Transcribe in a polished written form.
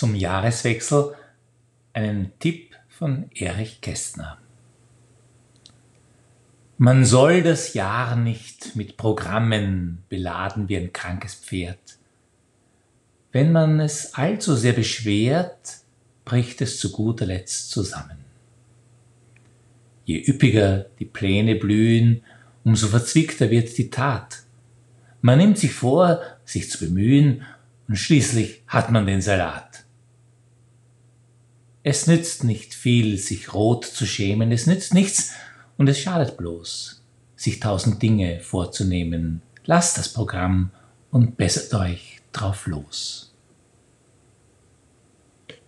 zum Jahreswechsel einen Tipp von Erich Kästner. Man soll das Jahr nicht mit Programmen beladen wie ein krankes Pferd. Wenn man es allzu sehr beschwert, bricht es zu guter Letzt zusammen. Je üppiger die Pläne blühen, umso verzwickter wird die Tat. Man nimmt sich vor, sich zu bemühen, und schließlich hat man den Salat. Es nützt nicht viel, sich rot zu schämen, es nützt nichts und es schadet bloß, sich 1000 Dinge vorzunehmen. Lasst das Programm und bessert euch drauf los.